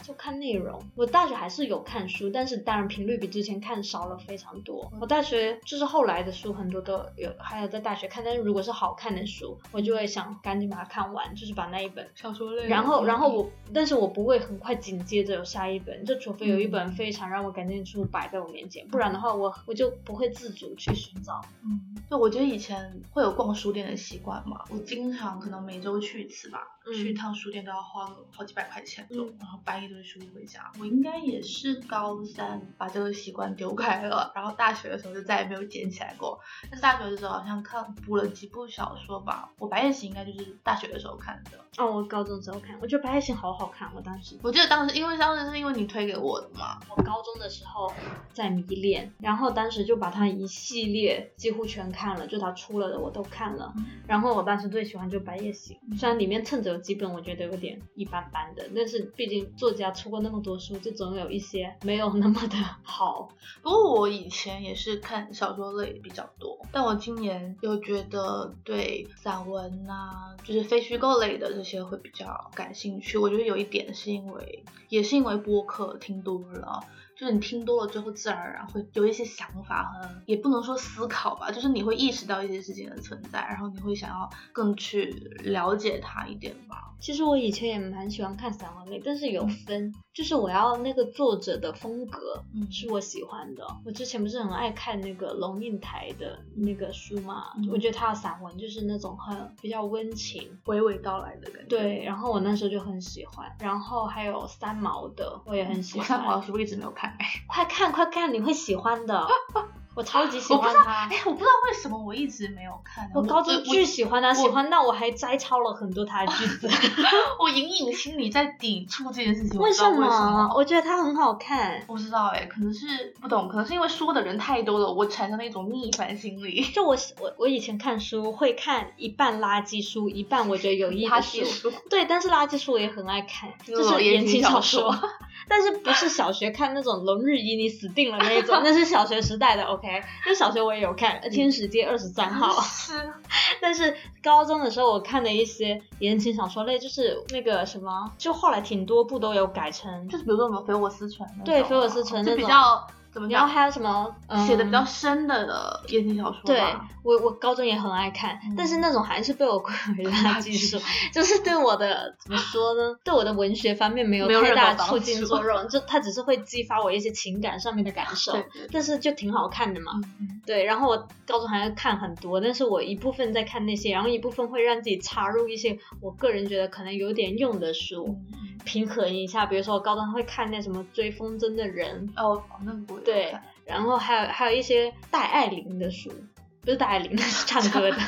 就看内容。我大学还是有看书，但是当然频率比之前看少了非常多。我大学就是后来的书很多都有，还有在大学看，但是如果是好看的书，我就会想赶紧把它看完，就是把那一本小说类。 然后然后我，但是我不会很快紧接着有下一本，就除非有一本非常让我感兴趣书摆在我面前，不然的话我我就不会自主去寻找。 嗯，就我觉得以前会有逛书店的习惯嘛，我经常可能每周去一次吧，嗯、去一趟书店都要花个好几百块钱走，嗯、然后搬一堆书回家。我应该也是高三把这个习惯丢开了，然后大学的时候就再也没有捡起来过。但是大学的时候好像看补了几部小说吧，我白夜行应该就是大学的时候看的。 哦，我高中的时候看，我觉得白夜行好好看，我当时。 我记得当时因为当时是因为你推给我的嘛， 我高中的时候在迷恋，然后当时就把它一系列几乎全看了，就它出了的我都看了。嗯、然后我当时最喜欢就白夜行，嗯、虽然里面蹭着有几本我觉得有点一般般的，但是毕竟作家出过那么多书，就总有一些没有那么的好。 不过我以前也是看小说类比较多，但我今年又觉得对散文啊，就是非虚构类的这些会比较感兴趣。我觉得有一点是因为，也是因为播客听多了。就是你听多了之后自然而然会有一些想法和也不能说思考吧，就是你会意识到一些事情的存在，然后你会想要更去了解它一点吧。 其实我以前也蛮喜欢看散文类，但是有分、嗯、就是我要那个作者的风格是我喜欢的、嗯、我之前不是很爱看那个龙应台的那个书嘛、嗯、我觉得他的散文就是那种很比较温情娓娓道来的感觉， 对，然后我那时候就很喜欢，然后还有三毛的我也很喜欢。 我三毛的书一直没有看快看快看，你会喜欢的。我超级喜欢他。 哎，我不知道为什么我一直没有看。 我高中巨喜欢他，喜欢到我还摘抄了很多他的句子。 我隐隐心里在抵触这件事情。 为什么？ 为什么我觉得他很好看。 我不知道哎，可能是不懂，可能是因为说的人太多了，我产生了一种逆反心理。 就我我我以前看书会看一半垃圾书，一半我觉得有意义的书。 书对，但是垃圾书我也很爱看，就是言情小说。但是不是小学看那种龙日一你死定了那一种，那是小学时代的 OK。那小学我也有看《天使街二十三号》， 是。 但是高中的时候我看的一些言情小说类，就是那个什么，就后来挺多部都有改成， 就是比如说什么菲沃斯纯那种， 对，菲沃斯纯那种就比较。怎么讲？ 然后还有什么、嗯、 写的比较深的言情小说吧？ 对，我我高中也很爱看、嗯，但是那种还是被我归为垃圾书，就是对我的怎么说呢？对我的文学方面没有太大促进作用，就它只是会激发我一些情感上面的感受， 对对对， 但是就挺好看的嘛。 嗯、 对，然后我高中还会看很多，但是我一部分在看那些，然后一部分会让自己插入一些我个人觉得可能有点用的书。嗯平衡一下，比如说我高中会看那什么追风筝的人哦，那个对，然后还有还有一些戴爱玲的书，不是戴爱玲，那是唱歌的，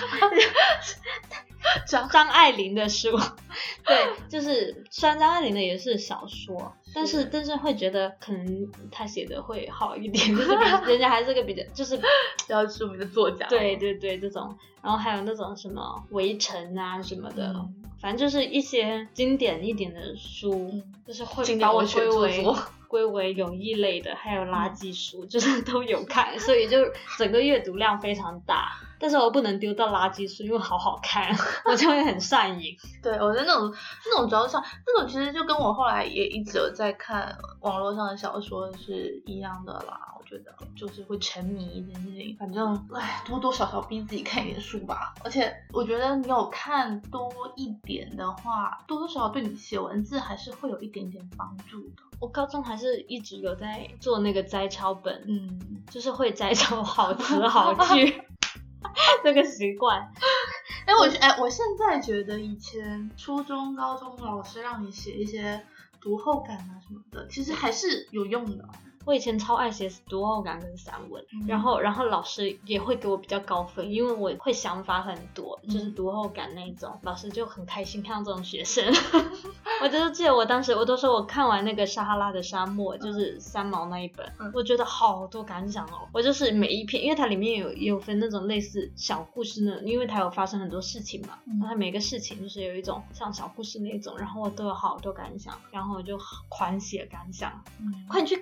张张爱玲的书，对，就是虽然张爱玲的也是小说，但是但是会觉得可能他写的会好一点，就是人家还是个比较就是比较著名的作家， 对对对，这种，然后还有那种什么围城啊什么的。嗯，反正就是一些经典一点的书，嗯、就是会把我归为归为有益类的，还有垃圾书，嗯、就是都有看，所以就整个阅读量非常大。但是我不能丢到垃圾书，因为好好看，我就会很上瘾。 对，我觉得那种那种主要是那种其实就跟我后来也一直有在看网络上的小说是一样的啦。我觉得就是会沉迷一件事情，反正哎，多多少少逼自己看一点书吧。而且我觉得你有看多一点的话，多多少少对你写文字还是会有一点点帮助的。 我高中还是一直有在做那个摘抄本，嗯，就是会摘抄好词好句。这个习惯， 哎，我哎，我现在觉得以前初中、高中老师让你写一些读后感啊什么的，其实还是有用的。 我以前超爱写读后感跟散文，嗯、然后然后老师也会给我比较高分，因为我会想法很多，嗯、就是读后感那一种，老师就很开心看到这种学生。我就记得我当时我都说我看完那个撒哈拉的沙漠，嗯、就是三毛那一本，嗯、我觉得好多感想哦。我就是每一篇，因为它里面有也有分那种类似小故事呢，因为它有发生很多事情嘛，嗯、然后它每个事情就是有一种像小故事那种，然后我都有好多感想，然后我就狂写感想，嗯、快去看。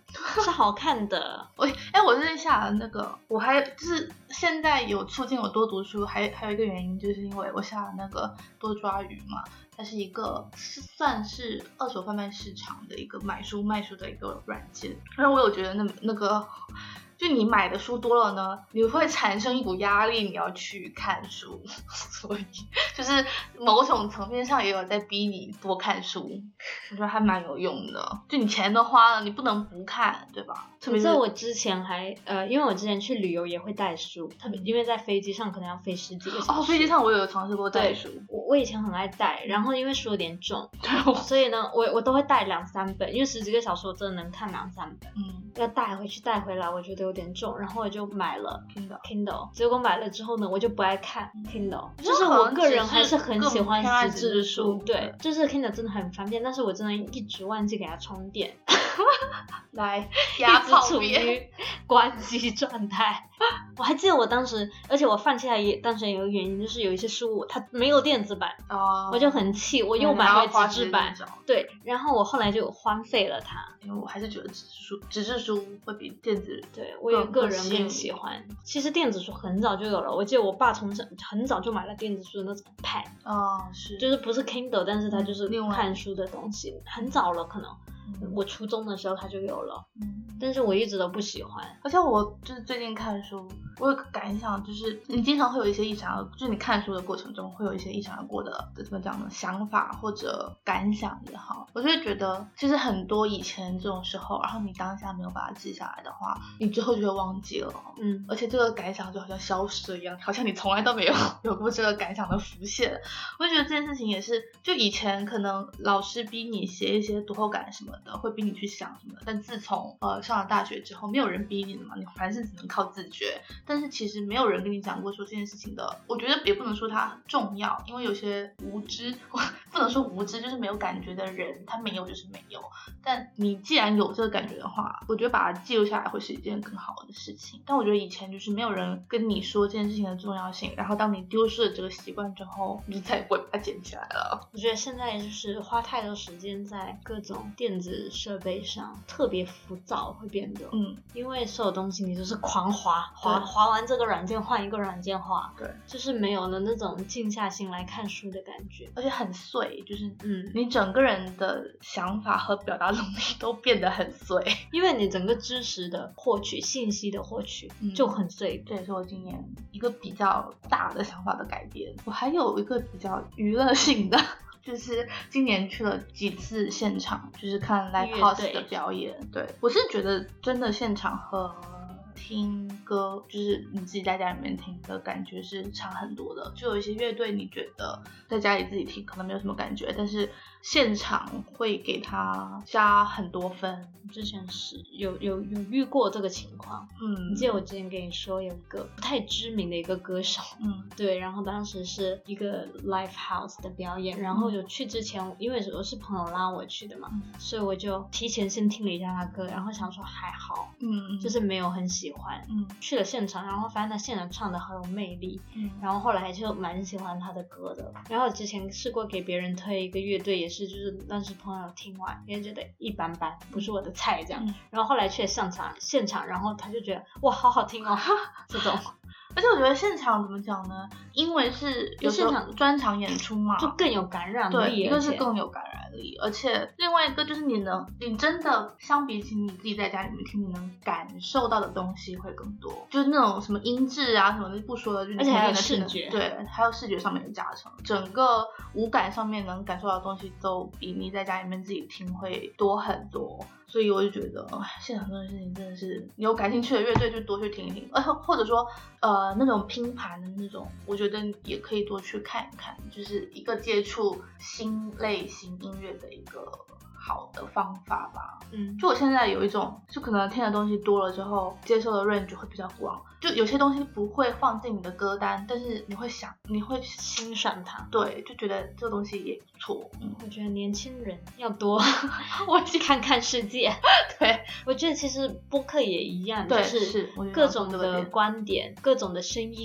是好看的。 我哎，我最近下了那个，我还就是现在有促进我多读书，还还有一个原因就是因为我下了那个多抓鱼嘛，它是一个是算是二手贩卖市场的一个买书卖书的一个软件，然后我有觉得那那个。就你买的书多了呢，你会产生一股压力，你要去看书，所以就是某种层面上也有在逼你多看书，我觉得还蛮有用的。就你钱都花了，你不能不看，对吧？特别是我之前还呃，因为我之前去旅游也会带书，特别因为在飞机上可能要飞十几个小时。 哦，飞机上我有尝试过带书， 我我以前很爱带，然后因为书有点重，所以呢，我我都会带两三本，因为十几个小时我真的能看两三本，嗯，要带回去带回来，我觉得有点重，然后我就买了 Kindle Kindle， 结果买了之后呢，我就不爱看 Kindle，、嗯、就是我个人还是很喜欢纸质书，对，就是 Kindle 真的很方便，但是我真的一直忘记给它充电。 来压泡处于关机状态。我还记得我当时，而且我放弃它也当时有一个原因，就是有一些书它没有电子版，哦，我就很气，我又买回纸质版，对，然后我后来就荒废了它。 因为我还是觉得纸质书纸质书会比电子， 对我也个人更喜欢。其实电子书很早就有了，我记得我爸从很早就买了电子书的那种 pad， 哦，是， 就是不是 Kindle， 但是它就是看书的东西，很早了可能。我初中的时候它就有了，嗯，但是我一直都不喜欢。 而且我就是最近看书，我有个感想，就是你经常会有一些意想，就是你看书的过程中会有一些意想而过的怎么讲呢？想法或者感想也好，我就会觉得其实很多以前这种时候，然后你当下没有把它记下来的话，你之后就会忘记了，嗯，而且这个感想就好像消失了一样，好像你从来都没有有过这个感想的浮现。我就觉得这件事情也是，就以前可能老师逼你写一些读后感什么的，会逼你去想什么的，但自从呃上了大学之后，没有人逼你了嘛，你凡事只能靠自觉。但是其实没有人跟你讲过说这件事情的，我觉得也不能说它重要，因为有些无知，不能说无知，就是没有感觉的人，他没有就是没有。但你既然有这个感觉的话，我觉得把它记录下来会是一件更好的事情。但我觉得以前就是没有人跟你说这件事情的重要性，然后当你丢失了这个习惯之后，你就再也不会把它捡起来了。 我觉得现在就是花太多时间在各种电子设备上，特别浮躁，会变得，嗯，因为所有东西你就是狂滑，滑滑完这个软件换一个软件滑， 对， 就是没有了那种静下心来看书的感觉， 而且很碎，就是嗯，你整个人的想法和表达能力都变得很碎， 因为你整个知识的获取、信息的获取就很碎。 嗯，这也是我今年一个比较大的想法的改变。我还有一个比较娱乐性的。就是今年去了几次现场，就是看 live house 的表演。对，我是觉得真的现场和听歌，就是你自己在家里面听的感觉是差很多的。就有一些乐队你觉得在家里自己听可能没有什么感觉，但是现场会给他加很多分。 之前是有有有遇过这个情况，嗯，你记得我之前跟你说有一个不太知名的一个歌手，嗯，对，然后当时是一个 live house 的表演，然后就去之前，因为我是朋友拉我去的嘛，嗯，所以我就提前先听了一下他歌，然后想说还好，嗯，就是没有很喜欢，嗯，去了现场，然后发现他现场唱的很有魅力，嗯，然后后来就蛮喜欢他的歌的。然后之前试过给别人推一个乐队，也是就是当时朋友听完也觉得一般般，不是我的菜这样，嗯，然后后来去了现场现场，然后他就觉得哇好好听哦这种。 而且我觉得现场怎么讲呢？因为是有现场专场演出嘛， 就更有感染力。 对，一个是更有感染力，而且另外一个就是你能，你真的相比起你自己在家里面听，你能感受到的东西会更多。就是那种什么音质啊什么的不说了，就而且还有视觉， 对，还有视觉上面的加成，整个五感上面能感受到的东西都比你在家里面自己听会多很多。所以我就觉得，哎，现场这件事情真的是，你有感兴趣的乐队就多去听一听，呃，或者说，呃，那种拼盘的那种，我觉得也可以多去看一看，就是一个接触新类型音乐的一个好的方法吧。嗯，就我现在有一种，就可能听的东西多了之后，接受的 range 会比较广。就有些东西不会放进你的歌单，但是你会想，你会欣赏它， 对，就觉得这个东西也不错。 嗯，我觉得年轻人要多我去看看世界。 对， 我觉得其实播客也一样， 对， 就是各种的观点，各种的声音。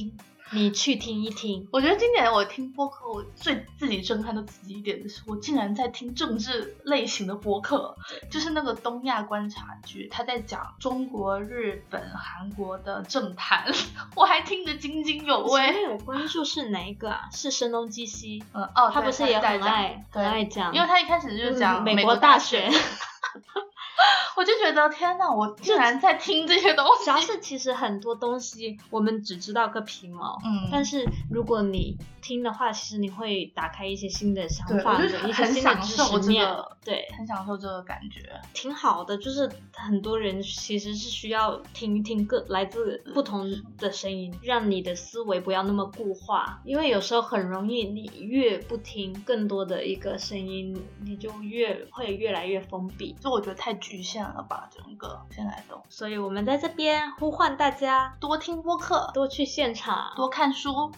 你去听一听。 我觉得今年我听播客，我最自己震撼到自己一点的是，我竟然在听政治类型的播客，就是那个东亚观察局，他在讲中国、日本、韩国的政坛，我还听得津津有味。 前面有关注是哪一个啊？是声东击西。 嗯哦， 他不是也很爱很爱讲， 因为他一开始就是讲美国大选。 我就觉得天哪，我竟然在听这些东西。 主要是其实很多东西我们只知道个皮毛，嗯，但是如果你听的话，其实你会打开一些新的想法，一些新的知识面，对， 很享受这个感觉， 挺好的。就是很多人其实是需要听一听各来自不同的声音，让你的思维不要那么固化，因为有时候很容易，你越不听更多的一个声音，你就越会越来越封闭。 就我觉得太局限了吧，整个现在都。 所以我们在这边呼唤大家多听播客， 多去现场， 多看书。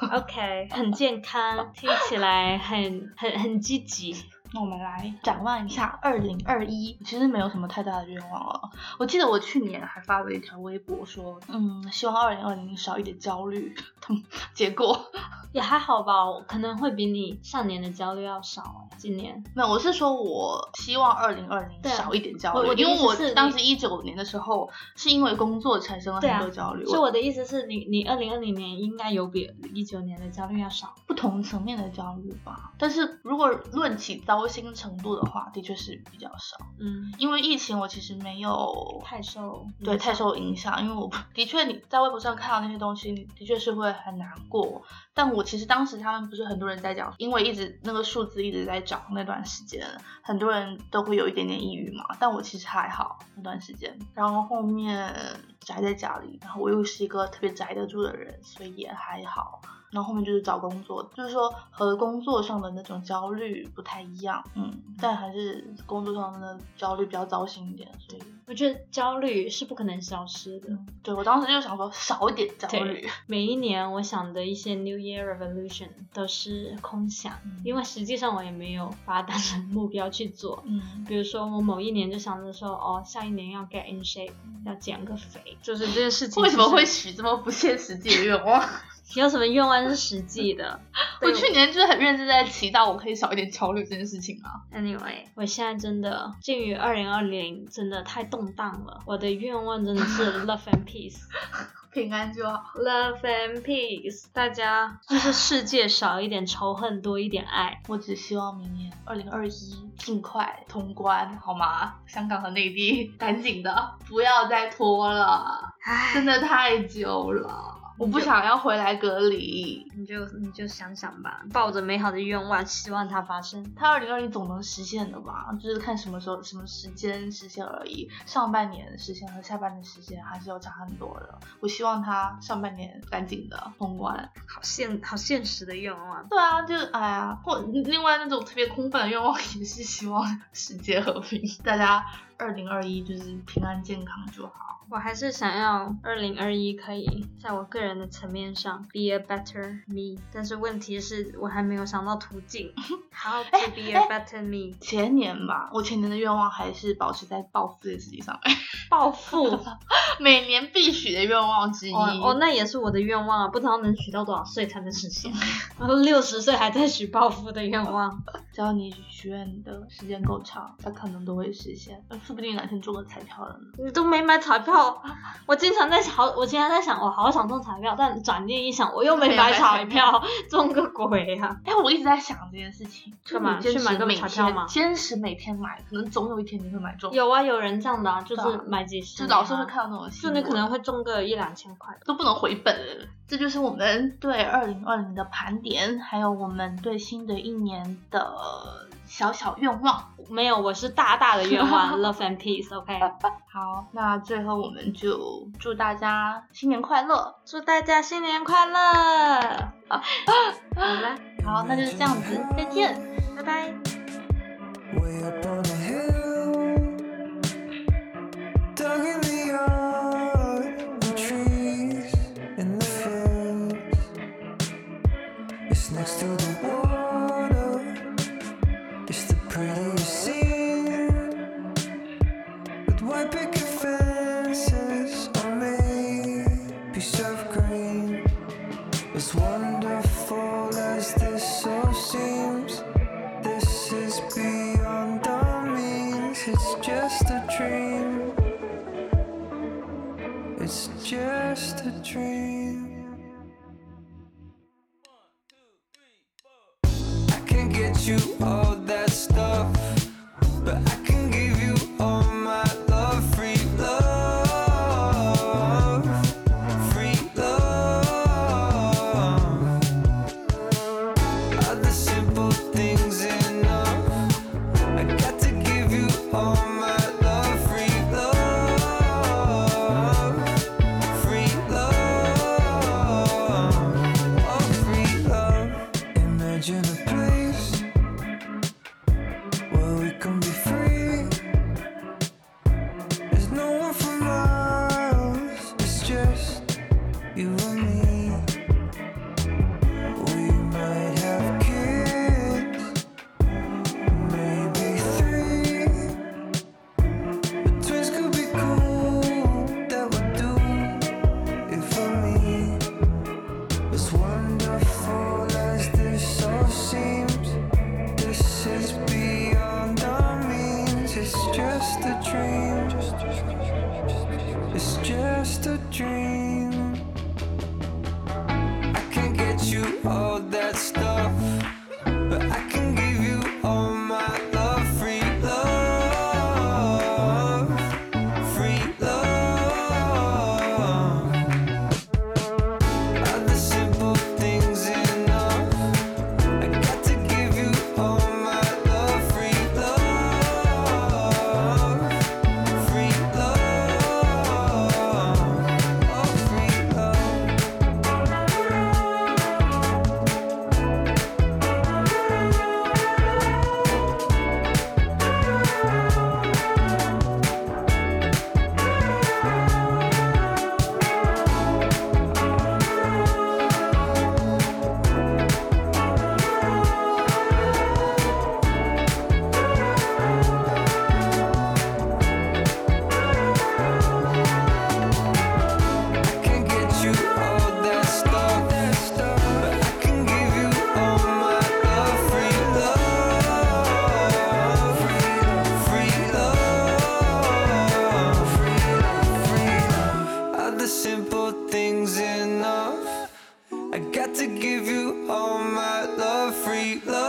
OK， 很健康，听起来很很很积极。 那我们来展望一下二零二一，其实没有什么太大的愿望了。我记得我去年还发了一条微博说，嗯，希望二零二零少一点焦虑，结果也还好吧，可能会比你上年的焦虑要少。今年没有，我是说我希望二零二零少一点焦虑，因为我当时一九年的时候是因为工作产生了很多焦虑。 所以我的意思是你你二零二零年应该有比一九年的焦虑要少， 不同层面的焦虑吧。但是如果论起糟心程度的话，的确是比较少。嗯，因为疫情我其实没有太受对太受影响，因为我的确你在微博上看到那些东西，你的确是会很难过。但我其实当时他们不是很多人在讲，因为一直那个数字一直在涨那段时间，很多人都会有一点点抑郁嘛。但我其实还好那段时间，然后后面宅在家里，然后我又是一个特别宅得住的人，所以也还好。然后后面就是找工作，就是说和工作上的那种焦虑不太一样，嗯，但还是工作上的焦虑比较糟心一点，所以我觉得焦虑是不可能消失的。嗯、 对，我当时就想说少一点焦虑。 每一年我想的一些 New Year Revolution 都是空想，嗯、因为实际上我也没有把它当成目标去做。嗯，比如说我某一年就想着说，哦，下一年要 get in shape，、嗯、要减个肥，就是这件事情。 为什么会许这么不切实际的愿望？ 你有什么愿望是实际的？ 我去年就是很认真在祈祷我可以少一点焦虑这件事情啊。 Anyway， 我现在真的鉴于二零二零真的太动荡了，我的愿望真的是 love and peace， 平安就好。 Love and peace， 大家就是世界少一点仇恨，多一点爱。 我只希望明年二零二一尽快通关，好吗？香港和内地赶紧的，不要再拖了，真的太久了。我不想要回来隔离， 你就你就想想吧，抱着美好的愿望，希望它发生。 它二零二零总能实现的吧，就是看什么时候、什么时间实现而已。上半年实现和下半年实现还是有差很多的。我希望它上半年赶紧的通关。 好现好现实的愿望。 对啊，就是哎呀，或另外那种特别空泛的愿望也是希望世界和平，大家二零二一就是平安健康就好。 我还是想要二零二一可以在我个人的层面上 be a better me， 但是问题是我还没有想到途径。How to be a better me？ 前年吧，我前年的愿望还是保持在暴富的事情上面。 暴富， 每年必许的愿望之一。 哦, 哦，那也是我的愿望啊，不知道能许到多少岁才能实现。然后六十岁还在许暴富的愿望。 只要你许愿的时间够长，它可能都会实现。说不定哪天中了彩票了呢。 你都没买彩票。我经常在想，我经常在想，我好想中彩票，但转念一想，我又没买彩票，中个鬼啊！ 哎，我一直在想这件事情， 干嘛去买个彩票吗？ 坚持每天买，可能总有一天你会买中。 有啊，有人这样的啊，就是买几十、啊， 就老是会看到那种新闻， 就你可能会中个一两千块， 都不能回本了。这就是我们对二零二零的盘点，还有我们对新的一年的小小愿望。 没有，我是大大的愿望，love and peace。OK， 好，那最后我们就祝大家新年快乐， 祝大家新年快乐。好了， 好，那就是这样子，再见， 拜拜。 Next to the water, it's the prettiest scene. With white picket fences on me, piece of green. just a dream. It's just a dream. I can't get you all that stuff, but I can give you all my love, free love, free love. Are the simple things enough? I got to give you all my love, free love, free love, oh free love. Imagine a place where we can be free. There's no one for miles, it's just you and me. We might have kids, maybe three, but twins could be cool, that would do it for me. As wonderful as this all seems, this is beyond our means. It's just a dream. It's just a dream. I can't get you all that stuff, but I can give you all my love, free love, free love. Are the simple things enough? I got to give you all my love, free love, free love, oh free love. I can't get you all that stuff, but I can give you all my love, free love, free love, free love. Are the simple things enough? I got to give you all my love, free love.